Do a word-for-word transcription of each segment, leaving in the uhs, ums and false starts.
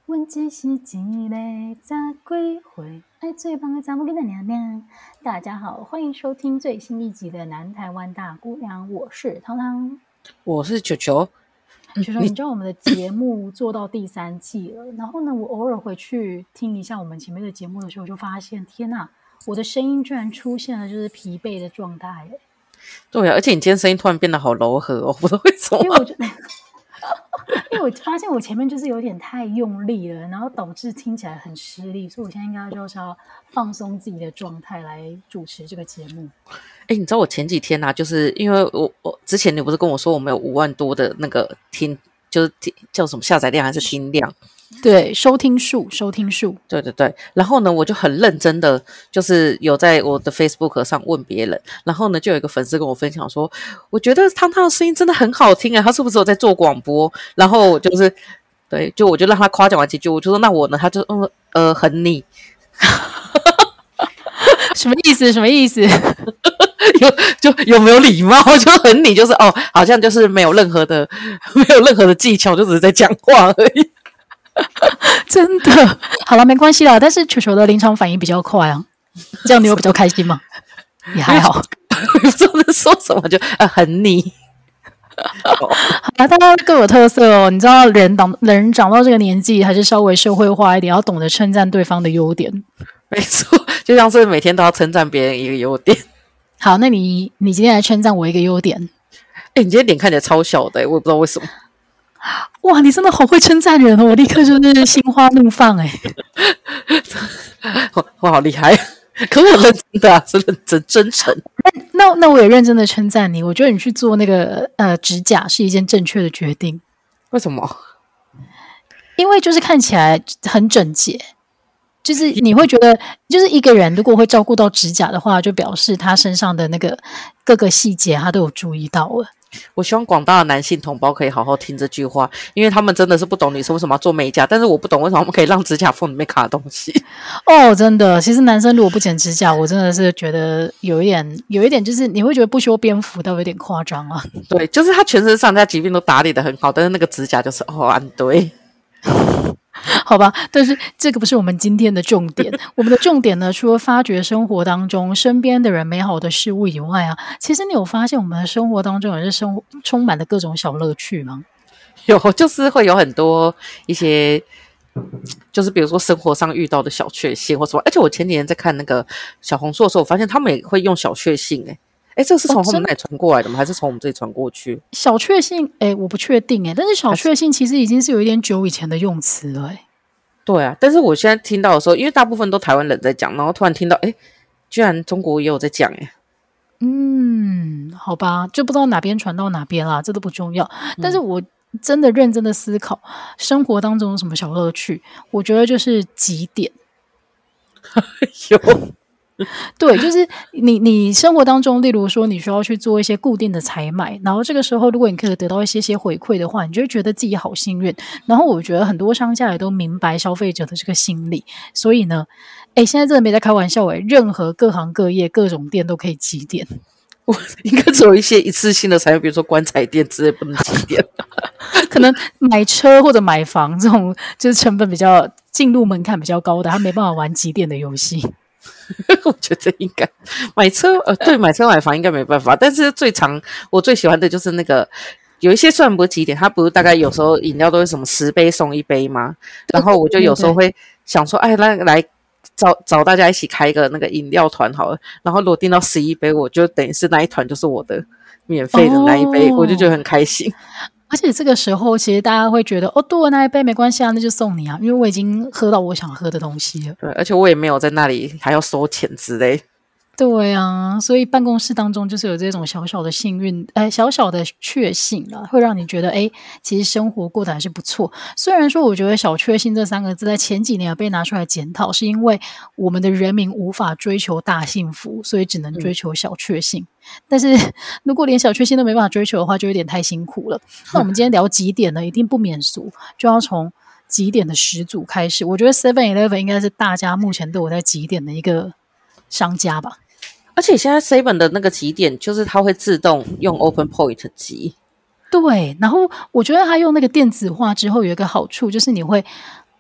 阮只是一个十几岁爱最棒的查某囡仔娘娘。大家好，欢迎收听最新一集的南台湾大姑娘，我是汤汤， 我是球球。 球球，你知道我们的节目做到第三季了，然后呢，我偶尔回去听一下我们前面的节目的时候，就发现，天哪，我的声音居然出现了就是疲惫的状态。 对啊，而且你今天声音突然变得好柔和哦，不知道为什么。 因为我觉得因为我发现我前面就是有点太用力了，然后导致听起来很吃力，所以我现在应该就是要放松自己的状态来主持这个节目。 哎，你知道我前几天啊，就是因为我我之前你不是跟我说我们有五万多的那个听，就是听叫什么下载量还是听量？ 对，收听数，收听数。 对对对，然后呢，我就很认真的，就是有在我的 Facebook 上问别人，然后呢，就有一个粉丝跟我分享说，我觉得汤汤的声音真的很好听啊，他是不是有在做广播？然后我就是，对，就我就让他夸奖完几句，我就说那我呢，他就嗯呃很腻， 什么意思？什么意思？ 有就有没有礼貌？就很腻，就是哦，好像就是没有任何的没有任何的技巧，就只是在讲话而已。 真的，好了，没关系啦。但是球球的临场反应比较快啊，这样你有比较开心吗？也还好， 不知道在说什么，就呃很腻。 好啦，大家各有特色哦。你知道人长人长到这个年纪，还是稍微社会化一点，要懂得称赞对方的优点。 没错，就像是每天都要称赞别人一个优点。 好，那你你今天来称赞我一个优点。 哎，你今天脸看起来超小的，我也不知道为什么。 哇，你真的好会称赞人哦！我立刻就是心花怒放哎， 我我好厉害，可是我认真的啊，是认真真诚。 那那我也认真的称赞你，我觉得你去做那个呃指甲是一件正确的决定。 为什么？ 因为就是看起来很整洁，就是你会觉得，就是一个人如果会照顾到指甲的话，就表示他身上的那个各个细节他都有注意到了。 我希望广大的男性同胞可以好好听这句话，因为他们真的是不懂女生为什么要做美甲，但是我不懂为什么他们可以让指甲缝里面卡东西。 哦，真的，其实男生如果不剪指甲，我真的是觉得有一点，有一点就是你会觉得不修边幅，倒有点夸张啊。 对，就是他全身上下疾病都打理得很好，但是那个指甲就是哦，安对。 好吧，但是这个不是我们今天的重点。我们的重点呢，除了发掘生活当中身边的人美好的事物以外啊，其实你有发现我们的生活当中也是生活充满了各种小乐趣吗？ 有，就是会有很多一些，就是比如说生活上遇到的小确幸或什么。而且我前几天在看那个小红书的时候，我发现他们也会用小确幸、欸，诶哎，这个是从他们那里传过来的吗？还是从我们这里传过去？ 小确幸，哎，我不确定，哎，但是小确幸其实已经是有一点久以前的用词了，哎。 对啊，但是我现在听到的时候，因为大部分都台湾人在讲，然后突然听到，哎，居然中国也有在讲，哎。 嗯，好吧，就不知道哪边传到哪边啦，这都不重要。但是我真的认真的思考，生活当中有什么小乐趣？我觉得就是几点。 有。 对，就是你你生活当中，例如说你需要去做一些固定的采买，然后这个时候如果你可以得到一些些回馈的话，你就会觉得自己好幸运。然后我觉得很多商家也都明白消费者的这个心理，所以呢，哎，现在真的没在开玩笑哎，任何各行各业各种店都可以集点。 我应该只有一些一次性的产品，比如说棺材店之类不能集点。 可能买车或者买房这种就是成本比较进入门槛比较高的，他没办法玩集点的游戏。 我觉得应该买车，呃，对，买车买房应该没办法。但是最常我最喜欢的就是那个，有一些虽然不是几点，它不是大概有时候饮料都是什么十杯送一杯吗？然后我就有时候会想说，哎，来来找找大家一起开一个那个饮料团好了。然后如果订到十一杯，我就等于是那一团就是我的免费的那一杯，哦、我就觉得很开心。 而且这个时候，其实大家会觉得，哦，多了那一杯没关系啊，那就送你啊，因为我已经喝到我想喝的东西了。 对，而且我也没有在那里还要收钱之类。 对啊，所以办公室当中就是有这种小小的幸运，哎，小小的确幸啦，会让你觉得，哎，其实生活过得还是不错。虽然说，我觉得小确幸这三个字在前几年有被拿出来检讨，是因为我们的人民无法追求大幸福，所以只能追求小确幸。嗯、但是如果连小确幸都没办法追求的话，就有点太辛苦了。那我们今天聊几点呢？一定不免俗，就要从几点的始祖开始。我觉得 seven eleven 应该是大家目前都有在几点的一个商家吧。 而且现在 Seven 的那个集点，就是它会自动用 Open Point 集。 对，然后我觉得它用那个电子化之后有一个好处，就是你会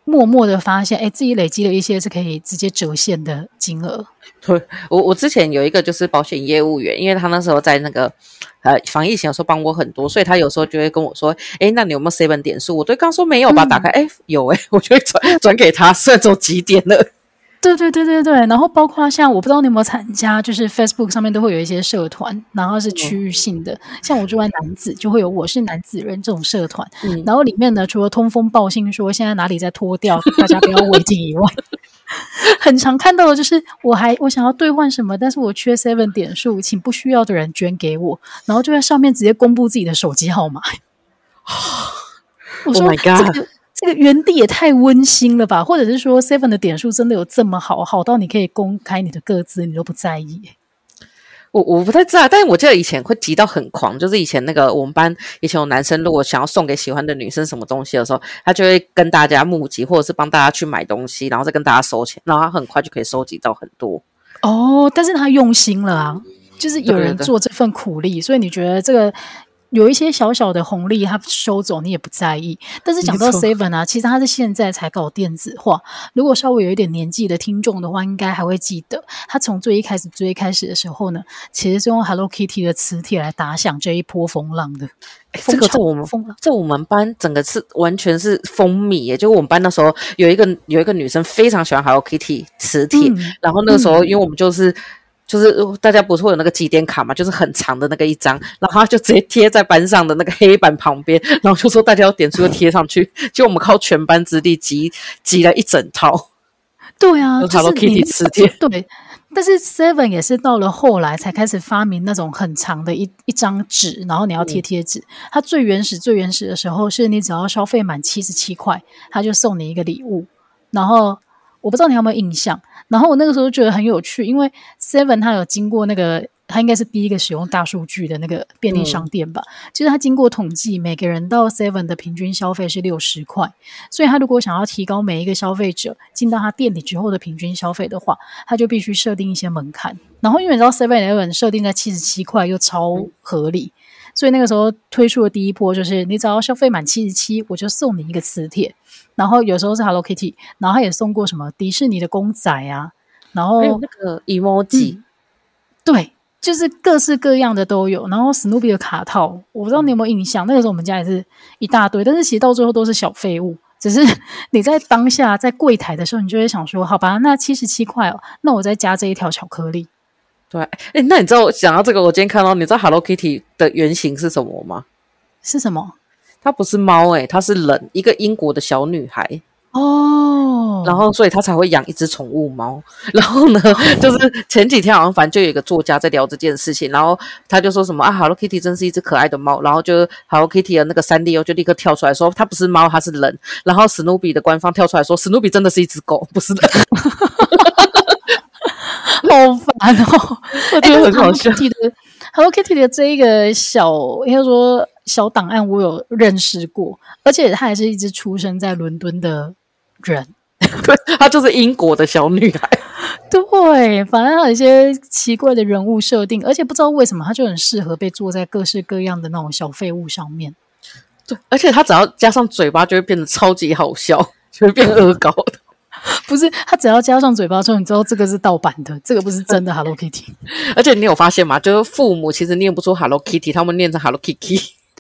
默默的发现，哎，自己累积了一些是可以直接折现的金额。 对，我我之前有一个就是保险业务员，因为他那时候在那个呃防疫前的时候帮我很多，所以他有时候就会跟我说，哎，那你有没有 seven 点数？我对刚说没有吧，嗯、打开，哎，有哎，我就会转转给他，算走几点了。 对对对对对，然后包括像我不知道你有没有参加，就是 Facebook 上面都会有一些社团，然后是区域性的，嗯、像我住在南子，就会有我是南子人这种社团，嗯、然后里面呢，除了通风报信说现在哪里在脱掉，大家不要违禁以外，很常看到的就是我还我想要兑换什么，但是我缺 seven 点数，请不需要的人捐给我，然后就在上面直接公布自己的手机号码。我说 ，Oh my God！ 这个这个原地也太温馨了吧？或者是说 seven 的点数真的有这么好，好到你可以公开你的个资，你都不在意？ 我我不太知道，但是我记得以前会急到很狂，就是以前那个我们班以前有男生如果想要送给喜欢的女生什么东西的时候，他就会跟大家募集，或者是帮大家去买东西，然后再跟大家收钱，然后他很快就可以收集到很多。 哦，但是他用心了啊，就是有人做这份苦力，所以你觉得这个有一些小小的红利他收走你也不在意。但是讲到 seven 啊，其实他是现在才搞电子化，如果稍微有一点年纪的听众的话应该还会记得，他从最一开始最一开始的时候呢，其实是用 Hello Kitty 的磁铁来打响这一波风浪的。 这个在我们在我们班整个是完全是风靡耶，就我们班那时候有一个有一个女生非常喜欢 Hello Kitty 磁铁、嗯、然后那个时候因为我们就是、嗯就是大家不是会有那个集点卡嘛，就是很长的那个一张，然后他就直接贴在班上的那个黑板旁边，然后就说大家要点数就贴上去，就我们靠全班之力集集了一整套。 对啊，就是 Hello Kitty 磁铁。 对，但是 seven 也是到了后来才开始发明那种很长的一一张纸，然后你要贴贴纸、嗯。它最原始最原始的时候是你只要消费满七十七块，他就送你一个礼物，然后我不知道你有没有印象。然后我那个时候觉得很有趣，因为 seven 它有经过那个，它应该是第一个使用大数据的那个便利商店吧。嗯、就是它经过统计，每个人到 seven 的平均消费是六十块，所以他如果想要提高每一个消费者进到他店里之后的平均消费的话，他就必须设定一些门槛。然后因为你知道 seven eleven 设定在七十七块又超合理。嗯，所以那个时候推出的第一波就是你只要消费满七十七我就送你一个磁铁，然后有时候是 Hello Kitty， 然后他也送过什么迪士尼的公仔啊，然后还有那个 emoji、嗯、 对，就是各式各样的都有，然后史努比的卡套我不知道你有没有印象，那个时候我们家也是一大堆，但是其实到最后都是小废物，只是你在当下在柜台的时候你就会想说好吧，那七十七块哦，那我再加这一条巧克力。 对，哎，那你知道讲到这个，我今天看到，你知道 Hello Kitty 的原型是什么吗？ 是什么？ 它不是猫，哎，它是人，一个英国的小女孩。 哦， 然后所以她才会养一只宠物猫。然后呢，就是前几天好像反正就有一个作家在聊这件事情，然后他就说什么啊 ，Hello Kitty 真是一只可爱的猫。然后就 Hello Kitty 的那个三 D O 就立刻跳出来说，它不是猫，它是人。然后史努比的官方跳出来说，史努比真的是一只狗，不是人。 好烦哦！ 我觉得很好笑。 欸、Hello Kitty 的这一个小，应该说小档案，我有认识过，而且她还是一只出生在伦敦的人。 对，她就是英国的小女孩。 对，反正她有一些奇怪的人物设定，而且不知道为什么她就很适合被做在各式各样的那种小废物上面。 对，而且她只要加上嘴巴，就会变得超级好笑，就会变恶搞的。 不是，他只要加上嘴巴之后，你知道这个是盗版的，这个不是真的 Hello Kitty。 而且你有发现吗？就是父母其实念不出 Hello Kitty， 他们念成 Hello Kitty。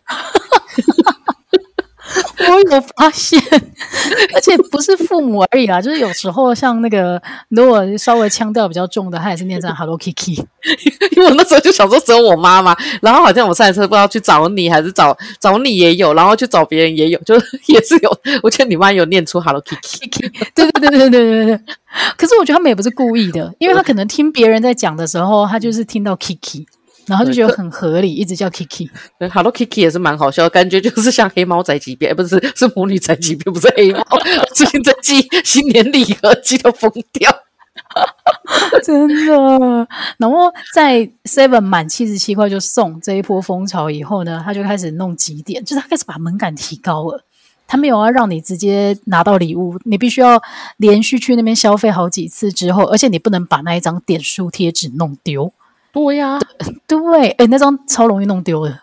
我有发现，而且不是父母而已啦，就是有时候像那个如果稍微腔调比较重的，他也是念成 Hello Kitty。 因为我那时候就想说只有我妈妈，然后好像我上一次不知道去找你还是找找你也有，然后去找别人也有，就也是有，我觉得你妈有念出 Hello Kitty。 对对对对对对对。可是我觉得他们也不是故意的，因为他可能听别人在讲的时候，他就是听到 Kiki，然后就觉得很合理，一直叫 Kiki。 对 ，Hello Kitty 也是蛮好笑，感觉就是像黑猫宅急便，不是是魔女宅急便，不是黑猫。最近在寄新年礼盒，寄到疯掉， 真的。然后在 seven 满七十七块就送这一波风潮以后呢，他就开始弄几点，就是他开始把门槛提高了。他没有要让你直接拿到礼物，你必须要连续去那边消费好几次之后，而且你不能把那一张点数贴纸弄丢。 对呀、啊， 对，哎，那张超容易弄丢的。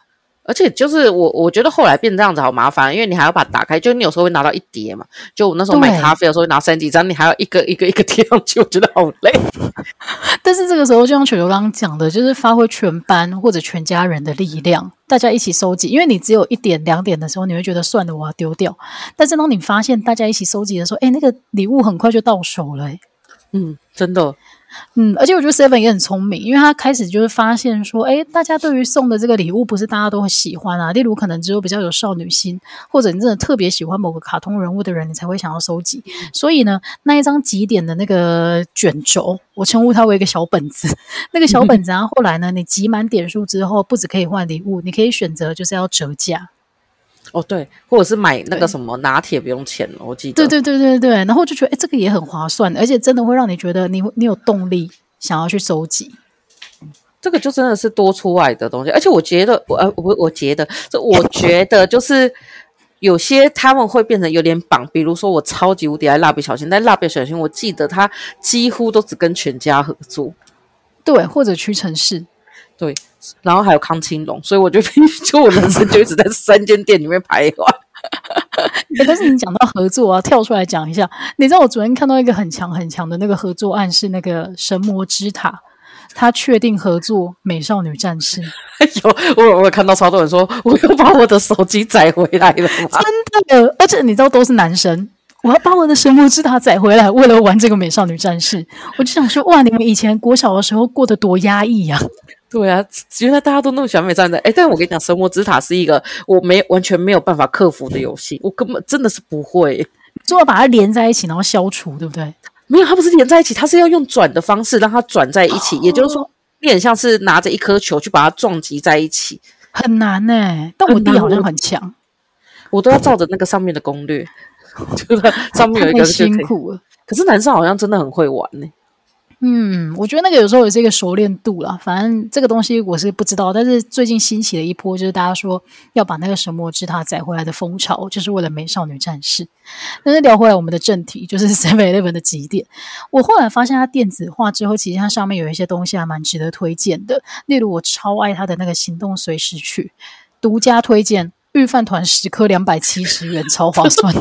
而且就是我我觉得后来变这样子好麻烦，因为你还要把它打开，就你有时候会拿到一叠嘛，就我那时候买咖啡的时候会拿三几张，你还要一个一个一个贴上去，我觉得好累。 但是这个时候就像球球刚刚讲的，就是发挥全班或者全家人的力量，大家一起收集，因为你只有一点两点的时候你会觉得算了我要丢掉，但是当你发现大家一起收集的时候，哎，那个礼物很快就到手了。 嗯，真的。 嗯，而且我觉得 Seven 也很聪明，因为他开始就是发现说，哎，大家对于送的这个礼物不是大家都会喜欢啊，例如可能只有比较有少女心，或者你真的特别喜欢某个卡通人物的人，你才会想要收集。所以呢，那一张集点的那个卷轴，我称呼它为一个小本子，那个小本子啊，后来呢，你集满点数之后，不只可以换礼物，你可以选择就是要折价。 哦，对，或者是买那个什么拿铁不用钱了，我记得。 对对对对对，然后就觉得哎，这个也很划算，而且真的会让你觉得你你有动力想要去收集。 这个就真的是多出来的东西，而且我觉得，我呃我我觉得，我觉得就是有些他们会变成有点绑，比如说我超级无敌爱蜡笔小新，但蜡笔小新我记得他几乎都只跟全家合作， 对，或者屈臣氏。 对，然后还有康青龙，所以我就就我人生就一直在三间店里面徘徊。 欸、但是你讲到合作啊，跳出来讲一下，你知道我昨天看到一个很强很强的那个合作案是那个神魔之塔，他确定合作美少女战士。 有我我有看到超多人说，我又把我的手机载回来了吗？ 真的，而且你知道都是男生。我要把我的神魔之塔载回来，为了玩这个美少女战士。我就想说，哇，你们以前国小的时候过得多压抑呀、啊！ 对啊，原来大家都那么喜欢美少女战士。哎，但我跟你讲，神魔之塔是一个我没完全没有办法克服的游戏，我根本真的是不会。 就要把它连在一起，然后消除，对不对？ 没有，它不是连在一起，它是要用转的方式让它转在一起，哦、也就是说，有点像是拿着一颗球去把它撞击在一起， 很难呢、欸。但我弟好像很强， 我都要照着那个上面的攻略，就是上面有一个就可以太辛苦了。 可是男生好像真的很会玩呢、欸。 嗯，我觉得那个有时候也是一个熟练度啦。反正这个东西我是不知道，但是最近兴起的一波就是大家说要把那个神魔之塔载回来的风潮，就是为了美少女战士。但是聊回来我们的正题，就是 seven eleven 的集点。我后来发现它电子化之后，其实它上面有一些东西还蛮值得推荐的。例如我超爱它的那个行动随时去，独家推荐御饭团十颗两百七十元，超划算。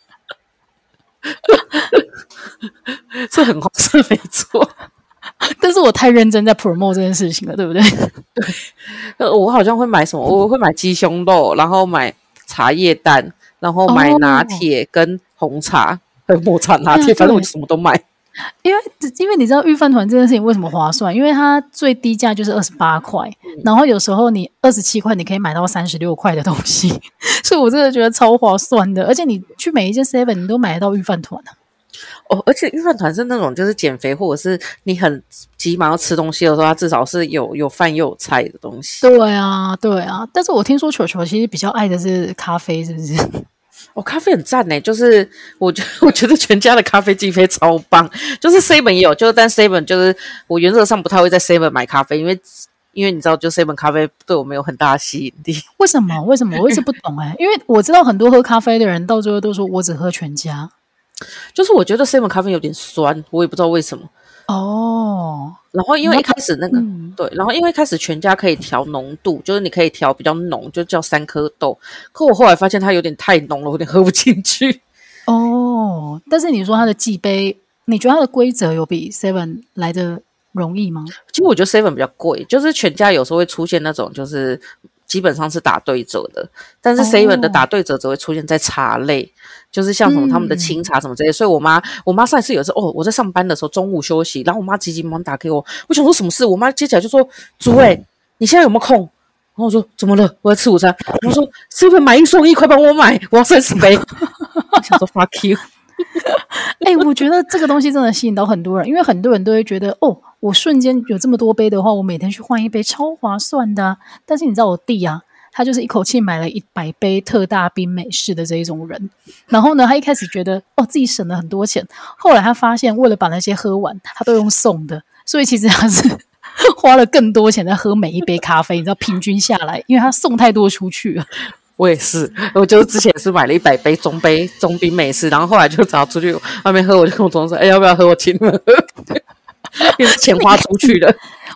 这很划算没错， 但是我太认真在 promote 这件事情了，对不对？ 对，我好像会买什么，我会买鸡胸肉，然后买茶叶蛋，然后买拿铁跟红茶，还有抹茶拿铁，反正我什么都买。 因为因为你知道御饭团这件事情为什么划算？因为它最低价就是二十八块，嗯、然后有时候你二十七块你可以买到三十六块的东西，所以我真的觉得超划算的。而且你去每一间 seven 你都买得到御饭团啊。 哦，而且御饭团是那种就是减肥或者是你很急忙要吃东西的时候，它至少是有有饭又有菜的东西。 对啊，对啊。但是我听说球球其实比较爱的是咖啡，是不是？ 哦，咖啡很赞耶，就是我觉得我觉得全家的咖啡机杯超棒，就是 seven 也有，就是但 seven 就是我原则上不太会在 seven 买咖啡，因为因为你知道，就 seven 咖啡对我没有很大的吸引力。为什么？为什么？我一直不懂哎，因为我知道很多喝咖啡的人到最后都说我只喝全家， 就是我觉得 seven 咖啡有点酸，我也不知道为什么。 哦， 然后因为一开始那个、嗯、对，然后因为一开始全家可以调浓度，就是你可以调比较浓，就叫三颗豆。可我后来发现它有点太浓了，我有点喝不进去。 哦，但是你说它的记杯，你觉得它的规则有比 seven 来的容易吗？ 其实我觉得 seven 比较贵，就是全家有时候会出现那种就是基本上是打对折的，但是 seven 的打对折只会出现在茶类。哦，就是像什么他们的清茶什么之类、嗯、所以我妈我妈上一次有一次哦，我在上班的时候中午休息，然后我妈急急忙忙打给我，我想说什么事，我妈接起来就说主委、欸、你现在有没有空？然后我说怎么了？我在吃午餐。我说 seven 买一送一，快帮我买，我要三十杯。我想说 fuck you。 哎、欸，我觉得这个东西真的吸引到很多人，因为很多人都会觉得哦，我瞬间有这么多杯的话，我每天去换一杯超划算的、啊。但是你知道我弟啊，他就是一口气买了一百杯特大冰美式的这一种人。然后呢，他一开始觉得哦自己省了很多钱，后来他发现为了把那些喝完，他都用送的，所以其实他是花了更多钱在喝每一杯咖啡。你知道平均下来，因为他送太多出去了。 我也是，我就之前是买了一百杯中杯中冰美式，然后后来就只要出去外面喝，我就跟我同事说：“哎，要不要喝？我请你们喝。”因为钱花出去了。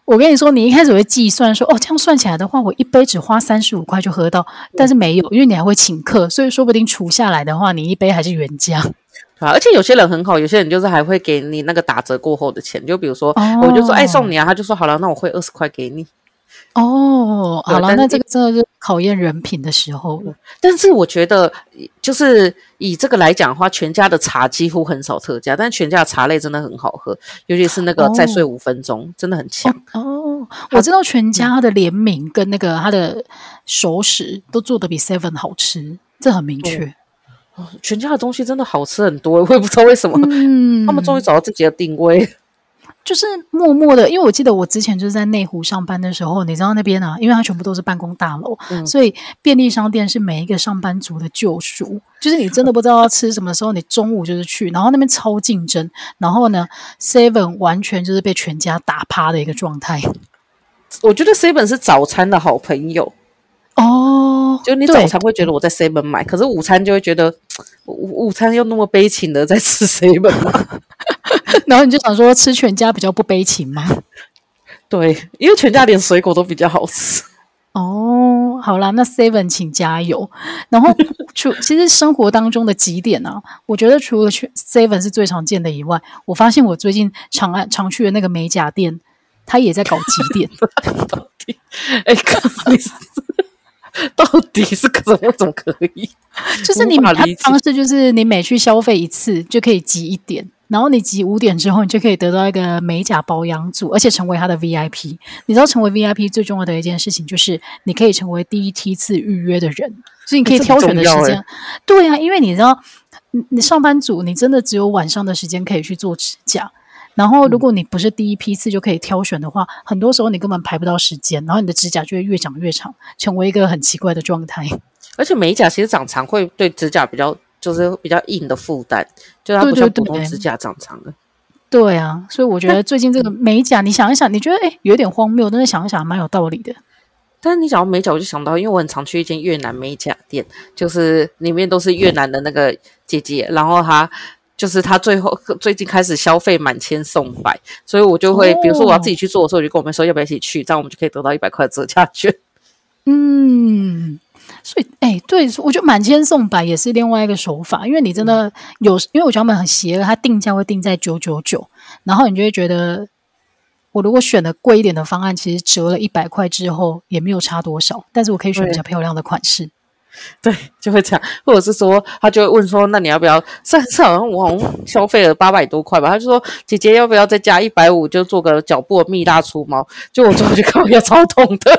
我跟你说，你一开始会计算说，哦，这样算起来的话，我一杯只花三十五块就喝到，但是没有，因为你还会请客，所以说不定除下来的话，你一杯还是原价。 啊，而且有些人很好，有些人就是还会给你那个打折过后的钱，就比如说， 哦、 我就说哎送你啊，他就说好了，那我汇二十块给你。 哦，好了，那这个真的是考验人品的时候了。 但是我觉得，就是以这个来讲的话，全家的茶几乎很少特价，但是全家的茶类真的很好喝，尤其是那个再睡五分钟，哦、真的很强。 哦，我知道全家的联名跟那个它的熟食都做得比 Seven 好吃，这很明确。 哦、全家的东西真的好吃很多，我也不知道为什么，嗯、他们终于找到自己的定位。 就是默默的，因为我记得我之前就是在内湖上班的时候，你知道那边啊，因为它全部都是办公大楼，嗯、所以便利商店是每一个上班族的救赎。就是你真的不知道要吃什么时候，你中午就是去，然后那边超竞争，然后呢 ，Seven 完全就是被全家打趴的一个状态。 我觉得 Seven 是早餐的好朋友哦， 就你早餐会觉得我在 Seven 买，可是午餐就会觉得午午餐又那么悲情的在吃 Seven 买。 然后你就想说吃全家比较不悲情吗？ 对，因为全家连水果都比较好吃。 哦，好啦，那 Seven 请加油。然后除其实生活当中的几点啊，我觉得除了去 Seven 是最常见的以外，我发现我最近常常去的那个美甲店，它也在搞几点。 到底，哎，你是到底是怎么怎么可以？ 就是你它的方式就是你每去消费一次就可以集一点。然后你集五点之后，你就可以得到一个美甲保养组，而且成为他的 V I P。你知道，成为 V I P 最重要的一件事情就是你可以成为第一梯次预约的人，所以你可以挑选的时间。欸、对啊，因为你知道，你上班族你真的只有晚上的时间可以去做指甲。然后，如果你不是第一批次就可以挑选的话，嗯、很多时候你根本排不到时间，然后你的指甲就会越长越长，成为一个很奇怪的状态。 而且美甲其实长长会对指甲比较。就是比较硬的负担，就它不像普通指甲长长的。 对, 对, 对, 对啊，所以我觉得最近这个美甲，你想一想，你觉得哎有点荒谬，但是想一想蛮有道理的。 但是你讲到美甲，我就想到，因为我很常去一间越南美甲店，就是里面都是越南的那个姐姐，然后她就是她最后最近开始消费满千送百，所以我就会，哦、比如说我要自己去做的时候，我就跟我们说要不要一起去，这样我们就可以得到一百块的折价券。 嗯。所以，哎，对，我觉得满千送百也是另外一个手法，因为你真的有，因为我觉得他们很邪恶，它定价会定在九九九，然后你就会觉得，我如果选了贵一点的方案，其实折了一百块之后也没有差多少，但是我可以选比较漂亮的款式。 对，就会这样，或者是说，他就会问说，那你要不要？上次好像我好像消费了八百多块吧，他就说，姐姐要不要再加一百五，就做个脚部的蜜蜡除毛？就我最后去看，要超痛的。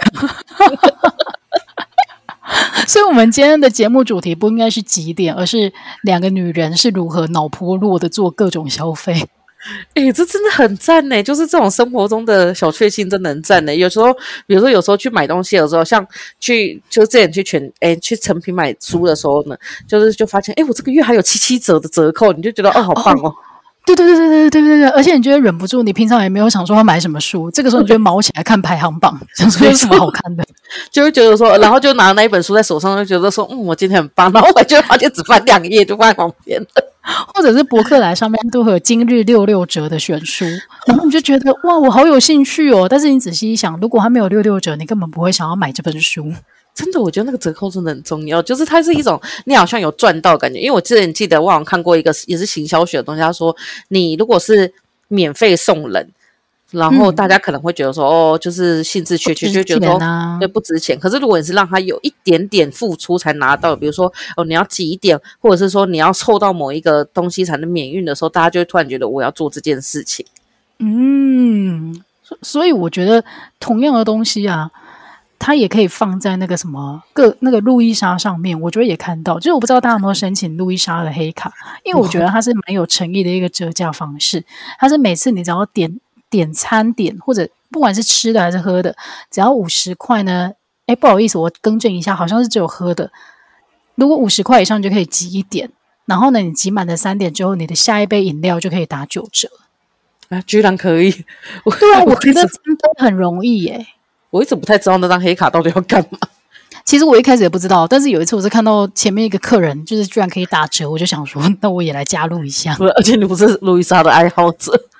所以我们今天的节目主题不应该是几点，而是两个女人是如何脑波弱的做各种消费。 欸，这真的很赞耶，就是这种生活中的小确幸真的很赞耶。有时候比如说有时候去买东西的时候，像去就之前去全诶去诚品买书的时候呢，就是就发现诶我这个月还有七七折的折扣，你就觉得哦好棒哦。 对对对对对对对对，而且你就会忍不住，你平常也没有想说要买什么书，这个时候你就会毛起来看排行榜，想说有什么好看的， 就会觉得说，然后就拿那一本书在手上，就觉得说，嗯，我今天很棒，然后我就发现只翻两页就放在旁边了， 或者是博客来上面都会有今日六六折的选书，然后你就觉得哇，我好有兴趣哦，但是你仔细一想，如果它没有六六折，你根本不会想要买这本书。 真的，我觉得那个折扣真的很重要，就是它是一种你好像有赚到感觉。因为我之前记得我好像看过一个也是行销学的东西，他说你如果是免费送人，然后大家可能会觉得说、嗯、哦，就是兴致缺缺，就觉得说、啊、对不值钱。可是如果你是让他有一点点付出才拿到，比如说哦你要积点，或者是说你要凑到某一个东西才能免运的时候，大家就会突然觉得我要做这件事情。 嗯，所以我觉得同样的东西啊。它也可以放在那个什么各那个路易莎上面，我觉得也看到，就是我不知道大家有没有申请路易莎的黑卡，因为我觉得它是蛮有诚意的一个折价方式。它是每次你只要点点餐点或者不管是吃的还是喝的，只要五十块呢，哎，不好意思，我更正一下，好像是只有喝的。如果五十块以上就可以集一点，然后呢，你集满了三点之后，你的下一杯饮料就可以打九折。 啊，居然可以！ 对啊，我觉得真的很容易耶。 我一直不太知道那张黑卡到底要干嘛。 其实我一开始也不知道，但是有一次我是看到前面一个客人就是居然可以打折，我就想说那我也来加入一下。 而且你不是路易莎的爱好者。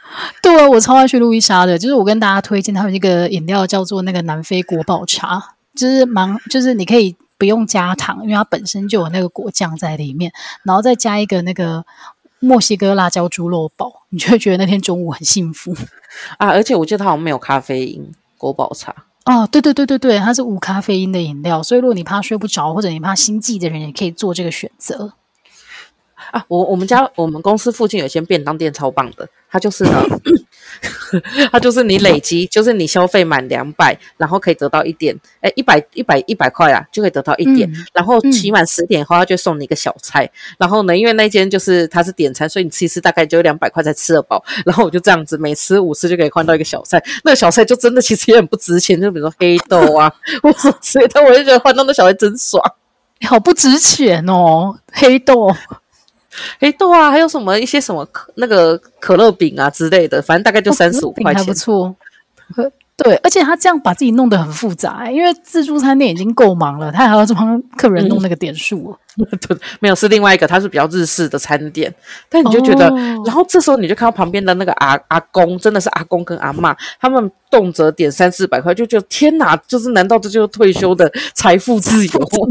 对啊，我超爱去路易莎的，就是我跟大家推荐他们一个饮料叫做那个南非国宝茶，就是蛮就是你可以不用加糖，因为它本身就有那个果酱在里面，然后再加一个那个墨西哥辣椒猪肉堡，你就会觉得那天中午很幸福啊！而且我记得它好像没有咖啡因，国宝茶。 哦，对对对对对，它是无咖啡因的饮料，所以如果你怕睡不着或者你怕心悸的人，也可以做这个选择。 啊，我我们家我们公司附近有一间便当店超棒的，它就是呢，它就是你累积，就是你消费满两百，然后可以得到一点，哎，一百一百一百块啊，就可以得到一点，嗯、然后期满十点后，它就送你一个小菜。然后呢，因为那间就是它是点餐，所以你吃一次大概就两百块才吃得饱。然后我就这样子每吃五次就可以换到一个小菜，那个小菜就真的其实也很不值钱，就比如说黑豆啊，或者之类的，我就觉得换到那小菜真爽。 好不值钱哦，黑豆。 黑豆啊，还有什么一些什么那个可乐饼啊之类的，反正大概就三十五块钱， 还不错。对，而且他这样把自己弄得很复杂，因为自助餐店已经够忙了，他还要帮客人弄那个点数。 嗯、对，没有是另外一个，它是比较日式的餐店，但你就觉得，哦、然后这时候你就看到旁边的那个阿阿公，真的是阿公跟阿嬷，他们动辄点三四百块，就觉得天哪，就是难道这就是退休的财富自由？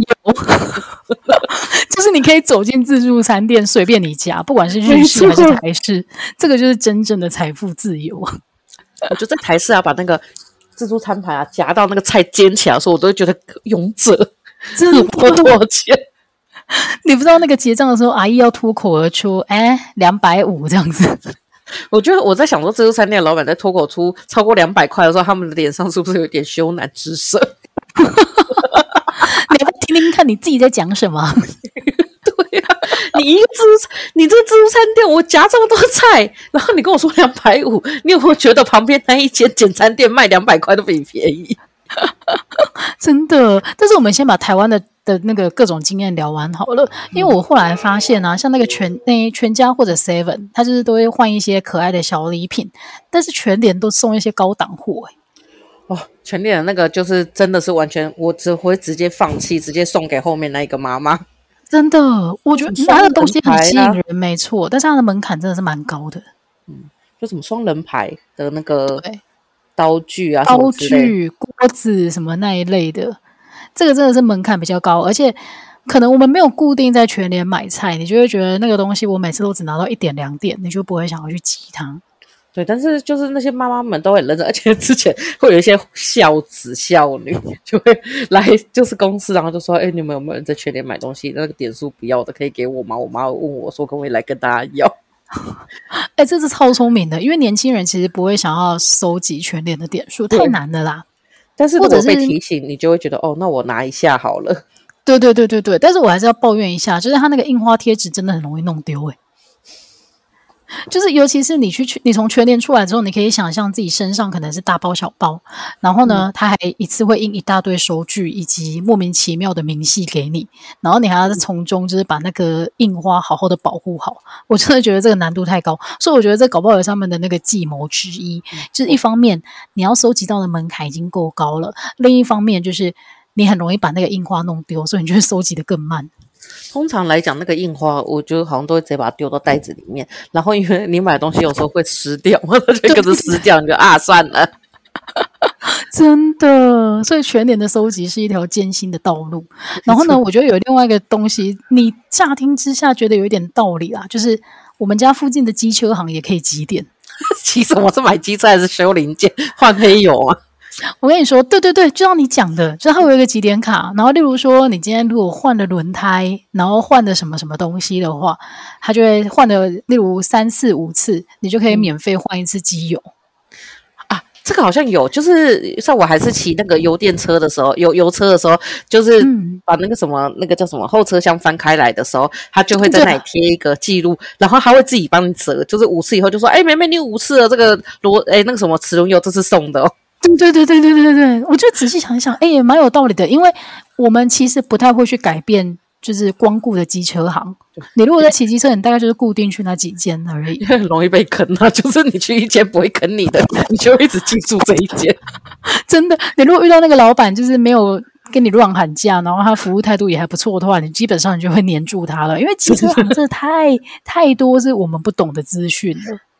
就是你可以走进自助餐店，随便你夹，不管是日式还是台式，这个就是真正的财富自由。 我就在台式啊，把那个自助餐盘啊夹到那个菜煎起来的时候，我都会觉得勇者， 真的不多少钱。 你不知道那个结账的时候，阿姨要脱口而出，哎，两百五这样子。 我觉得我在想说，自助餐店的老板在脱口出超过两百块的时候，他们的脸上是不是有点羞赧之色？ 你要不要听听看你自己在讲什么？ 对呀、啊，你一个自助，你这个自助餐店，我夹这么多菜，然后你跟我说两百五，你有没有觉得旁边那一间简餐店卖两百块都比你便宜？ 真的，但是我们先把台湾的的那个各种经验聊完好了，因为我后来发现啊，像那个全那全家或者 Seven， 它就是都会换一些可爱的小礼品，但是全联都送一些高档货、欸。 哦，全联的那个就是真的是完全，我只会直接放弃，直接送给后面那一个妈妈。 真的，我觉得它的东西很吸引人，没错，但是它的门槛真的是蛮高的。 嗯，就什么双人牌的那个刀具啊， 刀具、锅子什么那一类的，这个真的是门槛比较高，而且可能我们没有固定在全联买菜，你就会觉得那个东西我每次都只拿到一点两点，你就不会想要去挤它。 对，但是就是那些妈妈们都很认真，而且之前会有一些孝子孝女就会来，就是公司，然后就说：“哎，你们有没有人在全联买东西？那个点数不要的，可以给我吗？”我妈问我说：“可不可以来跟大家要？” 哎，这是超聪明的，因为年轻人其实不会想要收集全联的点数，太难了啦。 但是如果被提醒，你就会觉得哦，那我拿一下好了。 对对对对对，但是我还是要抱怨一下，就是他那个印花贴纸真的很容易弄丢哎。就是尤其是你去你从全联出来之后，你可以想象自己身上可能是大包小包，然后呢，他还一次会印一大堆收据以及莫名其妙的明细给你，然后你还要从中就是把那个印花好好的保护好。我真的觉得这个难度太高，所以我觉得这搞不好有他们的那个计谋之一，就是一方面你要收集到的门槛已经够高了，另一方面就是你很容易把那个印花弄丢，所以你就会收集的更慢。 通常来讲，那个印花，我觉得好像都会直接把它丢到袋子里面，然后因为你买的东西有时候会湿掉，或者就跟着湿掉，你就啊算了。 真的，所以全联的收集是一条艰辛的道路。然后呢，我觉得有另外一个东西，你乍听之下觉得有一点道理啦，就是我们家附近的机车行也可以集点。 骑什么？是买机车还是修零件换黑油啊？ 我跟你说，对对对，就像你讲的，就是它会有一个集点卡，然后例如说你今天如果换了轮胎，然后换了什么什么东西的话，它就会换了例如三四五次，你就可以免费换一次机油、 嗯、啊。这个好像有，就是像我还是骑那个油电车的时候，油油车的时候，就是把那个什么、嗯、那个叫什么后车厢翻开来的时候，它就会在那里贴一个记录，然后它会自己帮你折，就是五次以后就说，哎，妹妹你五次了，这个螺哎那个什么齿轮油这是送的哦。 对对对对对对对，我就仔细想一想，哎，也蛮有道理的，因为我们其实不太会去改变，就是光顾的机车行。你如果在骑机车，你大概就是固定去那几间而已， 很容易被坑啊。就是你去一间不会坑你的，你就一直记住这一间。 真的，你如果遇到那个老板就是没有跟你乱喊价，然后他服务态度也还不错的话，你基本上你就会黏住他了，因为机车行真的太太多是我们不懂的资讯了。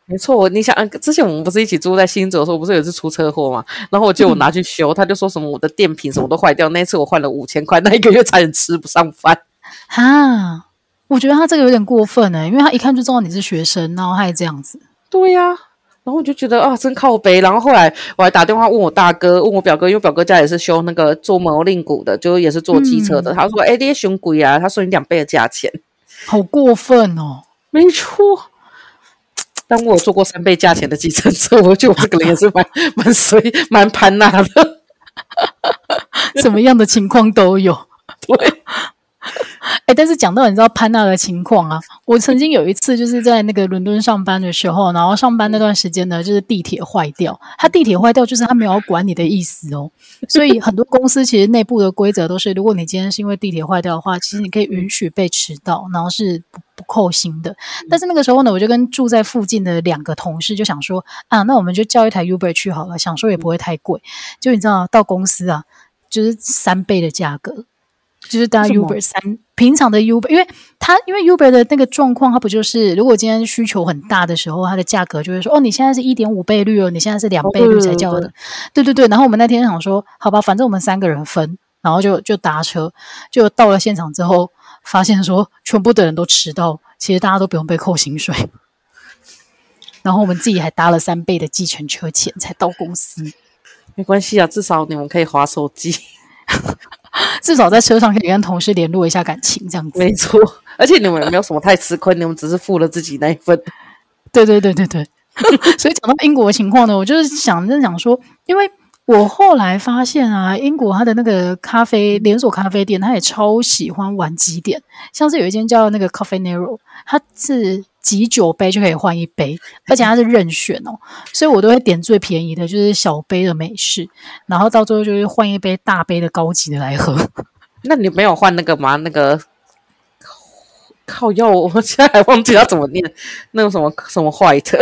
没错，你想，之前我们不是一起住在新竹的时候，不是有一次出车祸嘛？然后我就我拿去修，嗯、他就说什么我的电瓶什么都坏掉，那次我换了五千块，那一个月差点吃不上饭。 哈，我觉得他这个有点过分哎，因为他一看就知道你是学生，然后他还这样子。 对呀、啊。然后我就觉得啊，真靠北。然后后来我还打电话问我大哥，问我表哥，因为表哥家也是修那个做摩令鼓的，就也是做机车的。嗯、他说：“哎、欸，这些熊贵啊，他说你两倍的价钱， 好过分哦。” 没错。但我有做过三倍价钱的计程车，我觉得我这个人也是蛮蛮随蛮潘娜的， 什么样的情况都有。 对。 哎、欸，但是讲到你知道潘娜的情况啊，我曾经有一次就是在那个伦敦上班的时候，然后上班那段时间呢，就是地铁坏掉。它地铁坏掉就是它没有要管你的意思哦，所以很多公司其实内部的规则都是，如果你今天是因为地铁坏掉的话，其实你可以允许被迟到，然后是不不扣薪的。但是那个时候呢，我就跟住在附近的两个同事就想说啊，那我们就叫一台 Uber 去好了，想说也不会太贵。就你知道到公司啊，就是三倍的价格。就是搭 Uber 三平常的 Uber， 因为它因为 Uber 的那个状况，它不就是如果今天需求很大的时候，它的价格就会说哦，你现在是 一点五 倍率哦，你现在是两倍率才叫的，哦、对, 对对对。然后我们那天想说，好吧，反正我们三个人分，然后就就搭车，就到了现场之后，发现说全部的人都迟到，其实大家都不用被扣薪水，然后我们自己还搭了三倍的计程车钱才到公司。 没关系啊，至少你们可以滑手机。 至少在车上可以跟同事联络一下感情，这样子。 没错，而且你们也没有什么太吃亏，你们只是付了自己那一份。 对对对对对。所以讲到英国的情况呢，我就是想在想说，因为我后来发现啊，英国它的那个咖啡连锁咖啡店，它也超喜欢玩几点，像是有一间叫那个 Coffee Nero， 它是挤九杯就可以换一杯，而且它是任选哦，所以我都会点最便宜的，就是小杯的美式，然后到最后就是换一杯大杯的高级的来喝。 那你没有换那个吗？那个靠药，我现在还忘记要怎么念，那种什么什么 white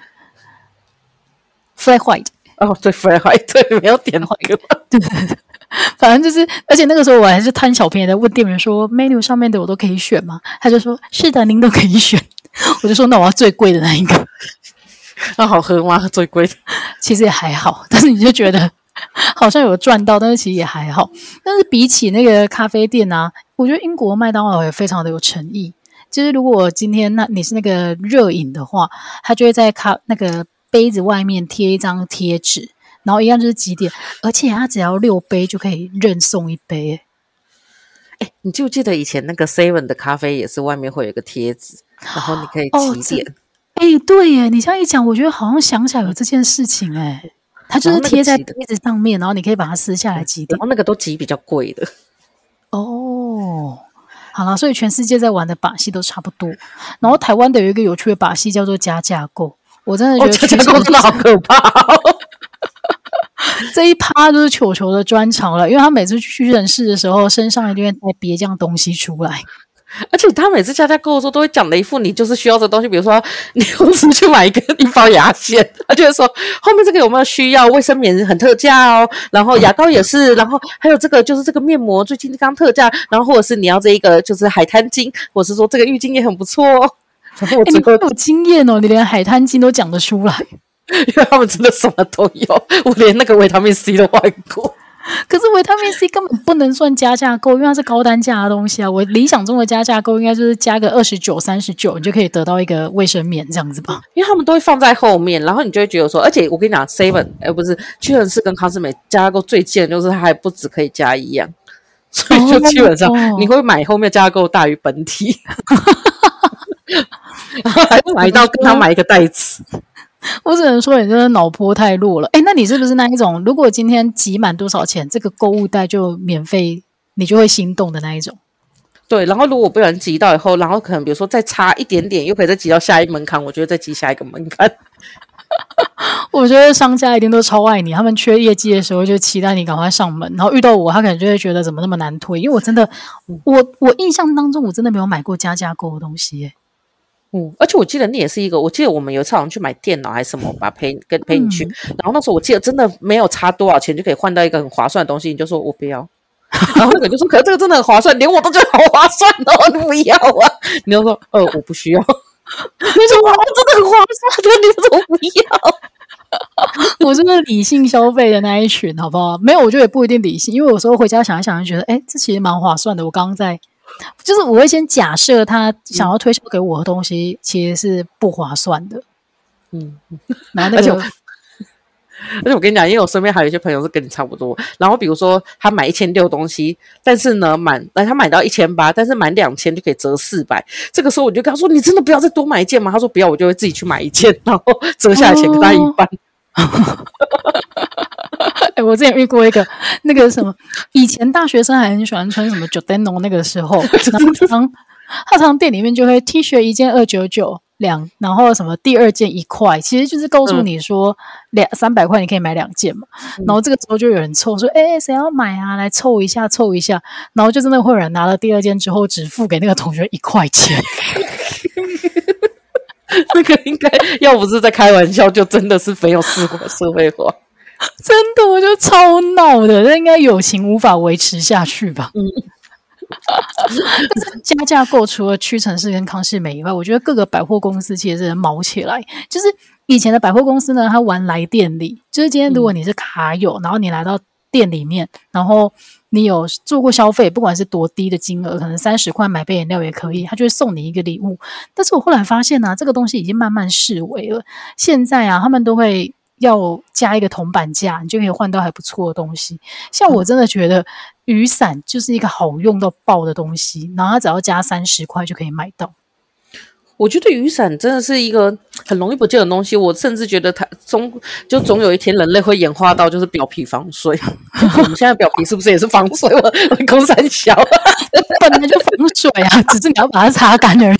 flat white。 哦，对 flat white， 对，没有点那个。 对对对，反正就是，而且那个时候我还是贪小便宜的，问店员说 menu 上面的我都可以选吗？他就说是的，您都可以选。我就说那我要最贵的那一个。 那好喝吗？最贵的其实也还好，但是你就觉得好像有赚到，但是其实也还好。但是比起那个咖啡店啊，我觉得英国麦当劳也非常的有诚意。就是如果今天那你是那个热饮的话，他就会在咖那个杯子外面贴一张贴纸，然后一样就是几点，而且他只要六杯就可以任送一杯。 哎，你记不记得以前那个 Seven 的咖啡也是外面会有一个贴纸，然后你可以几点？ 哎、哦，对耶，你这样一讲，我觉得好像想起来有这件事情哎。它就是贴在杯子上面，然后你可以把它撕下来几点， 然后那个都挤比较贵的。 哦，好了，所以全世界在玩的把戏都差不多。然后台湾的有一个有趣的把戏叫做加价购，我真的觉得加价购真的好可怕哦。 这一趴就是球球的专长了，因为他每次去人事的时候，身上一定会带别这样东西出来。 而且他每次加价购的时候，都会讲的一副你就是需要这东西，比如说你公司去买一个一包牙线，他就会说后面这个有没有需要？卫生棉很特价哦，然后牙膏也是，然后还有这个就是这个面膜最近刚特价，然后或者是你要这一个就是海滩巾，或者是说这个浴巾也很不错哦。然后我你很有经验哦，你连海滩巾都讲得出来， 因为他们真的什么都有，我连那个维他命 C 都换过。 可是维他命 C 根本不能算加价购，因为它是高单价的东西啊。我理想中的加价购应该就是加个二十九、三十九，你就可以得到一个卫生棉这样子吧。 因为他们都会放在后面，然后你就会觉得说，而且我跟你讲 ，Seven 哎不是屈臣氏跟康是美加价购最贱的就是它还不只可以加一样，所以就基本上你会买后面加价购大于本体，然后还买到跟他买一个袋子。 我只能说你真的脑波太弱了。哎，那你是不是那一种，如果今天集满多少钱，这个购物袋就免费，你就会心动的那一种？ 对，然后如果不小心集到以后，然后可能比如说再差一点点，又可以再集到下一门槛，我觉得再集下一个门槛。 我觉得商家一定都超爱你，他们缺业绩的时候就期待你赶快上门，然后遇到我，他可能就会觉得怎么那么难推，因为我真的，我我印象当中我真的没有买过加价购的东西耶。 嗯，而且我记得你也是一个，我记得我们有一次好像去买电脑还是什么吧，陪跟陪你去、嗯，然后那时候我记得真的没有差多少钱就可以换到一个很划算的东西，你就说我不要，然后那个就说可是这个真的很划算，连我都觉得好划算哦，你不要啊，你就说呃我不需要，你说哇真的很划算的，你怎么不要？ 我是理性消费的那一群，好不好？没有，我觉得也不一定理性，因为有时候回家想一想，就觉得，哎，这其实蛮划算的。我刚刚在，就是我会先假设他想要推销给我的东西，其实是不划算的。嗯，然后那个。 而且我跟你讲，因为我身边还有一些朋友是跟你差不多，然后比如说他买一千六东西，但是呢满他买到一千八，但是满两千就可以折四百。这个时候我就跟他说：“你真的不要再多买一件吗？”他说：“不要，我就会自己去买一件，然后折下来钱给他一半。哦” 哎、欸，我之前遇过一个那个什么，以前大学生还很喜欢穿什么 Giordano 那个时候，然后他常他常店里面就会 T 恤一件二九九。两，然后什么第二件一块，其实就是告诉你说两三百块你可以买两件嘛。嗯、然后这个时候就有人凑说，哎，谁要买啊？来凑一下，凑一下。然后就真的会有人拿了第二件之后，只付给那个同学一块钱。 那个应该要不是在开玩笑，就真的是没有社会社会化。 真的，我就超闹的，那应该友情无法维持下去吧。嗯。但是加价购除了屈臣氏跟康是美以外，我觉得各个百货公司其实是毛起来。就是以前的百货公司呢，它玩来店里，就是今天如果你是卡友，然后你来到店里面，然后你有做过消费，不管是多低的金额，可能三十块买杯饮料也可以，他就会送你一个礼物。但是我后来发现啊，这个东西已经慢慢式微了。现在啊，他们都会要加一个铜板价，你就可以换到还不错的东西。像我真的觉得雨伞就是一个好用到爆的东西，然后它只要加三十块就可以买到。 我觉得雨伞真的是一个很容易不见的东西，我甚至觉得它总就总有一天人类会演化到就是表皮防水。我们现在表皮是不是也是防水？我我公三小本来就防水啊，只是你要把它擦干而已。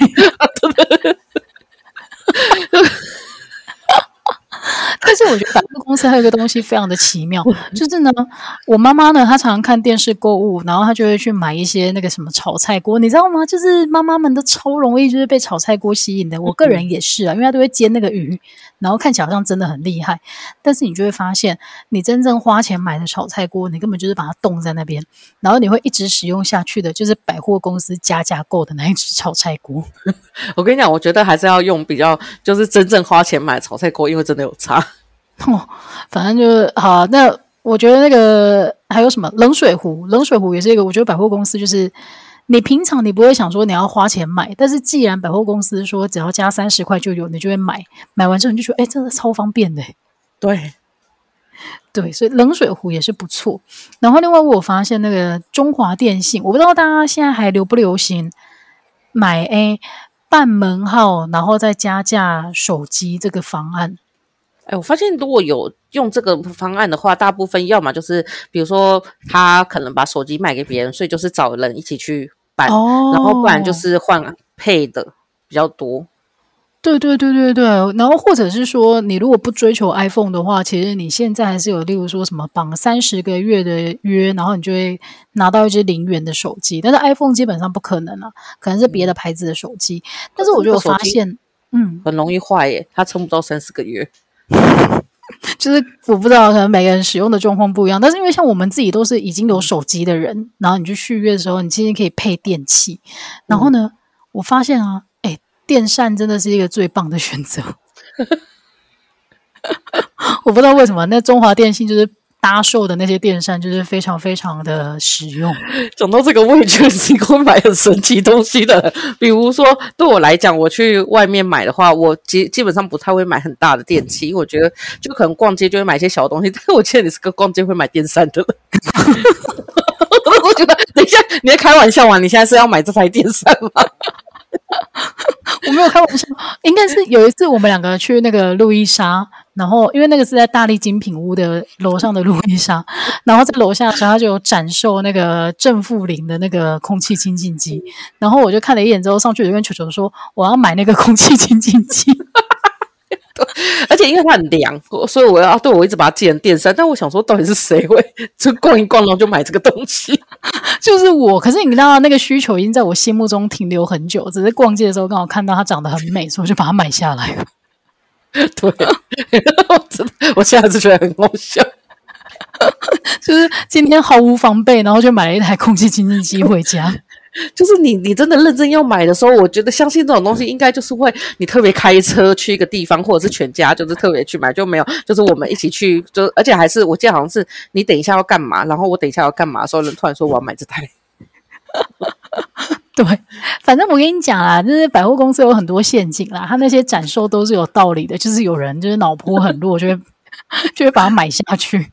但是我觉得百货公司还有一个东西非常的奇妙，就是呢，我妈妈呢，她常常看电视购物，然后她就会去买一些那个什么炒菜锅，你知道吗？就是妈妈们都超容易就是被炒菜锅吸引的，我个人也是啊，因为她都会煎那个鱼，然后看起来好像真的很厉害，但是你就会发现，你真正花钱买的炒菜锅，你根本就是把它冻在那边，然后你会一直使用下去的，就是百货公司加价购的那一只炒菜锅。 我跟你讲，我觉得还是要用比较就是真正花钱买炒菜锅，因为真的有差。 哦，反正就是好。那我觉得那个还有什么冷水壶，冷水壶也是一个，我觉得百货公司就是你平常你不会想说你要花钱买，但是既然百货公司说只要加三十块就有，你就会买。买完之后你就说，哎，真的超方便的。 对对，所以冷水壶也是不错。然后另外我发现那个中华电信，我不知道大家现在还流不流行买 A 半门号，然后再加价手机这个方案。 哎，我发现如果有用这个方案的话，大部分要么就是比如说他可能把手机卖给别人，所以就是找人一起去办，哦、然后不然就是换配的比较多。 对对对对对，然后或者是说，你如果不追求 iPhone 的话，其实你现在还是有，例如说什么绑三十个月的约，然后你就会拿到一支零元的手机。但是 iPhone 基本上不可能啊，可能是别的牌子的手机。但是我就有发现，嗯， 很容易坏耶，它撑不到三四个月。 就是我不知道，可能每个人使用的状况不一样，但是因为像我们自己都是已经有手机的人，然后你去续约的时候，你其实可以配电器。然后呢，嗯、我发现啊，哎，电扇真的是一个最棒的选择。我不知道为什么，那中华电信就是搭售的那些电扇，就是非常非常的实用。 讲到这个，我也觉得是会买很神奇东西的。比如说，对我来讲，我去外面买的话，我基基本上不太会买很大的电器，因为我觉得就可能逛街就会买一些小东西。但是我记得你是个逛街会买电扇的人。我觉得，等一下，你在开玩笑吗？你现在是要买这台电扇吗？ 我没有开玩笑，应该是有一次我们两个去那个路易莎，然后因为那个是在大力精品屋的楼上的路易莎，然后在楼下的时候他就有展售那个正负零的那个空气清净机，然后我就看了一眼之后上去就跟球球说我要买那个空气清净机。 而且因为它很凉，所以我要对我一直把它记成电扇。但我想说，到底是谁会就逛一逛然后就买这个东西？ 就是我。可是你知道，那个需求已经在我心目中停留很久，只是逛街的时候刚好看到它长得很美，所以我就把它买下来了。 对，我真的，我现在是觉得很好笑。 就是今天毫无防备，然后就买了一台空气清净机回家。 就是你你真的认真要买的时候，我觉得相信这种东西应该就是会你特别开车去一个地方，或者是全家就是特别去买，就没有就是我们一起去，就而且还是我记得好像是你等一下要干嘛，然后我等一下要干嘛的时候，人突然说我要买这台。 对，反正我跟你讲啦，就是百货公司有很多陷阱啦，它那些展售都是有道理的，就是有人就是脑波很弱，就会就会把它买下去。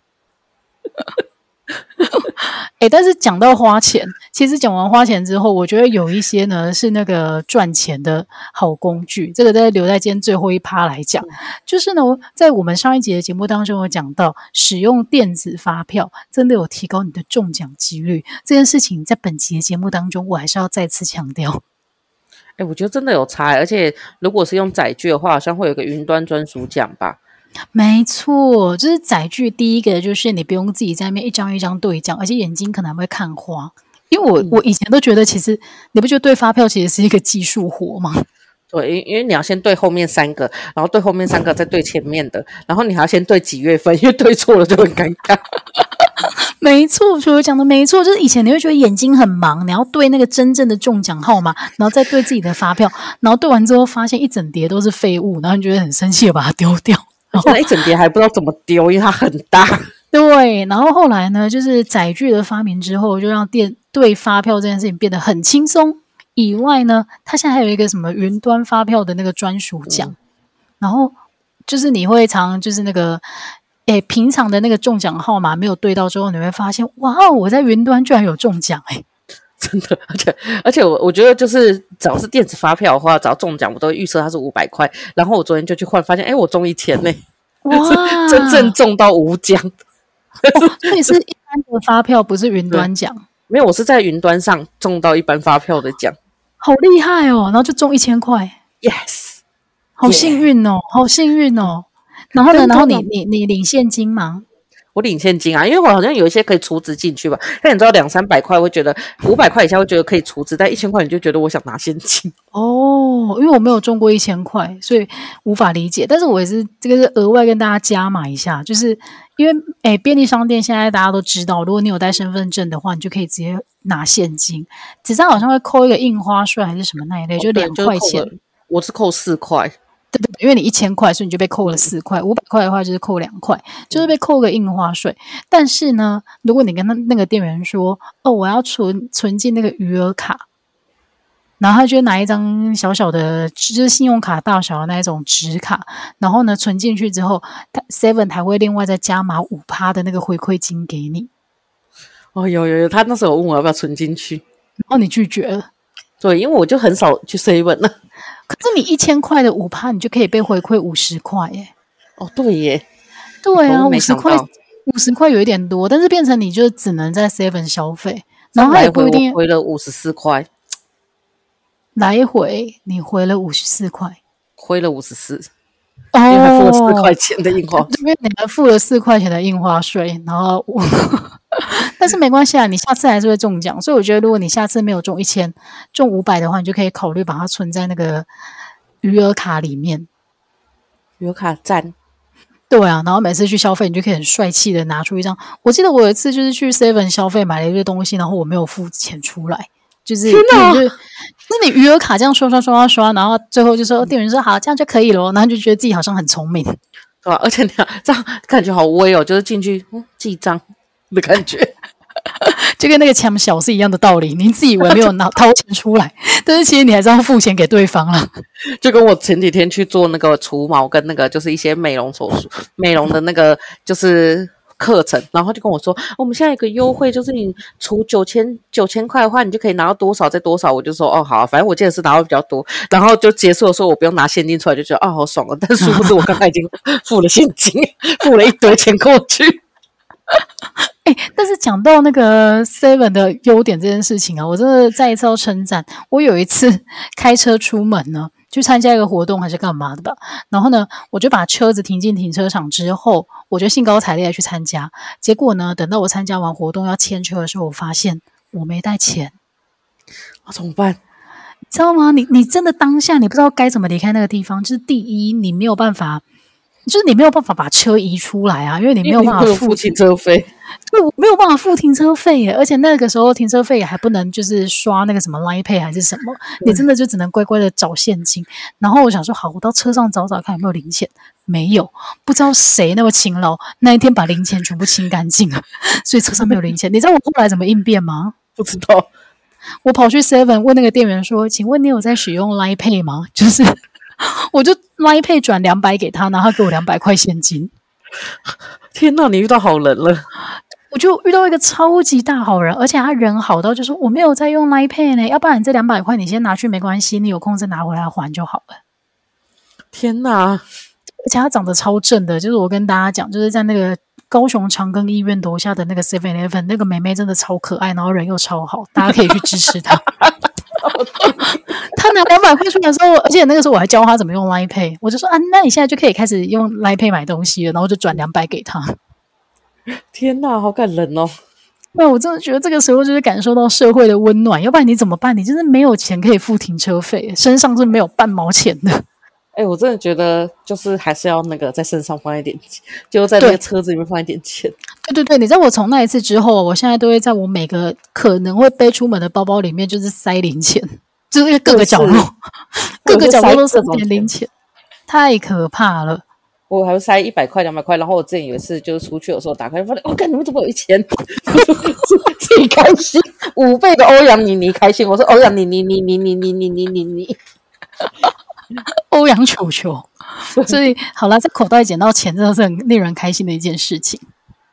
欸，但是讲到花钱，其实讲完花钱之后，我觉得有一些呢是那个赚钱的好工具，这个再留在今天最后一趴来讲。就是呢，在我们上一集的节目当中有讲到，使用电子发票真的有提高你的中奖几率，这件事情在本集的节目当中我还是要再次强调。 欸，我觉得真的有差，而且如果是用载具的话，好像会有个云端专属奖吧。 没错，就是载具第一个就是你不用自己在那边一张一张对奖，而且眼睛可能会看花。因为我、嗯、我以前都觉得，其实你不觉得对发票其实是一个技术活吗？ 对，因为你要先对后面三个，然后对后面三个再对前面的，然后你还要先对几月份，因为对错了就很尴尬。 没错，所以我讲的没错，就是以前你会觉得眼睛很忙，你要对那个真正的中奖号码，然后再对自己的发票，然后对完之后发现一整叠都是废物，然后你觉得很生气的把它丢掉。 然后一整叠还不知道怎么丢，因为它很大。 对，然后后来呢，就是载具的发明之后，就让电对发票这件事情变得很轻松。以外呢，它现在还有一个什么云端发票的那个专属奖、嗯，然后就是你会常就是那个，诶，平常的那个中奖号码没有对到之后，你会发现，哇，我在云端居然有中奖诶。 真的，而且而且我我觉得就是只要是电子发票的话，只要中奖，我都会预测它是五百块。然后我昨天就去换，发现哎，我中一千呢，哇，真正中到五奖。 哦，所以是一般的发票，不是云端奖。 没有，我是在云端上中到一般发票的奖， 好厉害哦！然后就中一千块 ，yes， 好幸运哦， yeah. 好幸运哦。然后呢，然后你你你领现金吗？ 我领现金啊，因为我好像有一些可以储值进去吧。但你知道两三百块会觉得，五百块以下会觉得可以储值，但一千块你就觉得我想拿现金。 哦，因为我没有中过一千块，所以无法理解。但是我也是这个是额外跟大家加码一下，就是因为诶便利商店现在大家都知道，如果你有带身份证的话，你就可以直接拿现金，只是好像会扣一个印花税还是什么那一类， 哦、 就两块钱。 我是扣四块。 对对对，因为你一千块，所以你就被扣了四块；五百块的话就是扣两块，就是被扣个印花税。但是呢，如果你跟那那个店员说：“哦，我要存存进那个余额卡”，然后他就拿一张小小的，就是信用卡大小的那一种纸卡，然后呢存进去之后 ，Seven 还会另外再加码五趴的那个回馈金给你。 哦，有有有，他那时候问我要不要存进去， 然后你拒绝了。 对，因为我就很少去 Seven 了。 可是你一千块的五趴，你就可以被回馈五十块耶！ 哦，对耶， 对啊，五十块，五十块有一点多，但是变成你就只能在 Seven 消费，然后它也不一定回了五十四块， 来回你回了五十四块， 回了五十四， 哦， 因为还付了四块钱的印花， 因为你还付了四块钱的印花税，然后我。但是没关系啊，你下次还是会中奖，所以我觉得如果你下次没有中一千，中五百的话，你就可以考虑把它存在那个余额卡里面。 余额卡赞， 对啊，然后每次去消费，你就可以很帅气的拿出一张。我记得我有一次就是去 Seven 消费买了一堆东西，然后我没有付钱出来，就是就是那你余额卡这样刷刷刷刷刷，然后最后就说店员说好，这样就可以了，然后就觉得自己好像很聪明， 对吧？而且你这样感觉好威哦，就是进去嗯记账。的感觉就跟那个抢小是一样的道理，你自以为没有拿掏钱出来，但是其实你还是要付钱给对方了。 就跟我前几天去做那个除毛跟那个就是一些美容手术、美容的那个就是课程，然后就跟我说，我们现在有个优惠，就是你除九千九千块的话，你就可以拿到多少再多少。我就说哦好、啊，反正我记得是拿到比较多，然后就结束的时候我不用拿现金出来，就觉得啊、哦、好爽啊！但是不是我刚才已经付了现金，付了一堆钱过去。 欸、但是讲到那个 Seven 的优点这件事情啊，我真的再一次要称赞。我有一次开车出门呢，去参加一个活动还是干嘛的吧，然后呢，我就把车子停进停车场之后，我就兴高采烈的去参加。结果呢，等到我参加完活动要牵车的时候，我发现我没带钱， 那、啊、怎么办？ 你知道吗？你你真的当下你不知道该怎么离开那个地方。就是第一，你没有办法。就是你没有办法把车移出来啊，因为你没有办法付汽车费。 对，我没有办法付停车费耶，而且那个时候停车费还不能就是刷那个什么 Line Pay 还是什么，你真的就只能乖乖的找现金。然后我想说，好，我到车上找找看有没有零钱，没有，不知道谁那么勤劳，那一天把零钱全部清干净了，所以车上没有零钱。你知道我后来怎么应变吗？ 不知道， 我跑去 Seven 问那个店员说：“请问你有在使用 Line Pay 吗？”就是我就 Line Pay 转两百给他，然后他给我两百块现金。 天哪，你遇到好人了！ 我就遇到一个超级大好人，而且他人好到就是我没有在用 Line Pay 呢，要不然你这两百块你先拿去没关系，你有空再拿回来还就好了。 天哪！ 而且他长得超正的，就是我跟大家讲，就是在那个高雄长庚医院楼下的那个 seven eleven 那个妹妹真的超可爱，然后人又超好，大家可以去支持她。他拿两百块出来的时候，而且那个时候我还教他怎么用 Line Pay， 我就说啊，那你现在就可以开始用 Line Pay 买东西了，然后就转两百给他。 天哪，好感人哦！ 那我真的觉得这个时候就是感受到社会的温暖，要不然你怎么办？你就是没有钱可以付停车费，身上是没有半毛钱的。 哎、欸，我真的觉得就是还是要那个在身上放一点钱，就在那个车子里面放一点钱。 对对对，你知道我从那一次之后，我现在都会在我每个可能会背出门的包包里面，就是塞零钱，就是各个角落，各个角落都塞点零钱，太可怕了。 我还会塞一百块、两百块，然后我之前有一次就是出去的时候打开，发现哦，看你们怎么有一千，自己开心，五倍的欧阳妮妮开心。我说欧阳妮妮妮妮妮妮妮妮妮妮。 欧阳球球，所以好啦，在口袋捡到钱真的是很令人开心的一件事情。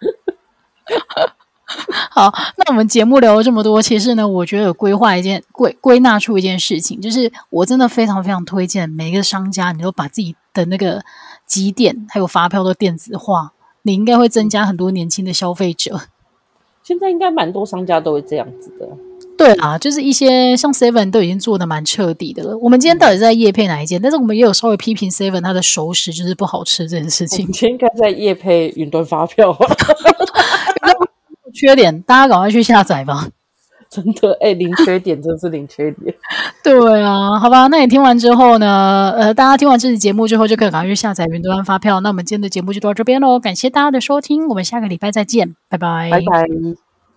好，那我们节目聊了这么多，其实呢，我觉得有规划一件归归纳出一件事情，就是我真的非常非常推荐每一个商家，你都把自己的那个积点还有发票都电子化，你应该会增加很多年轻的消费者。 现在应该蛮多商家都会这样子的。 对啊，就是一些像 Seven 都已经做的蛮彻底的了。我们今天到底是在业配哪一件？但是我们也有稍微批评 Seven 它的熟食就是不好吃这件事情。 我们今天应该在业配云端发票吧？ 缺点，大家赶快去下载吧。 真的，哎、欸，零缺点，真是零缺点。 对啊，好吧，那你听完之后呢？呃，大家听完这期节目之后，就可以赶快去下载云端发票。那我们今天的节目就到这边喽，感谢大家的收听，我们下个礼拜再见，拜拜， 拜拜。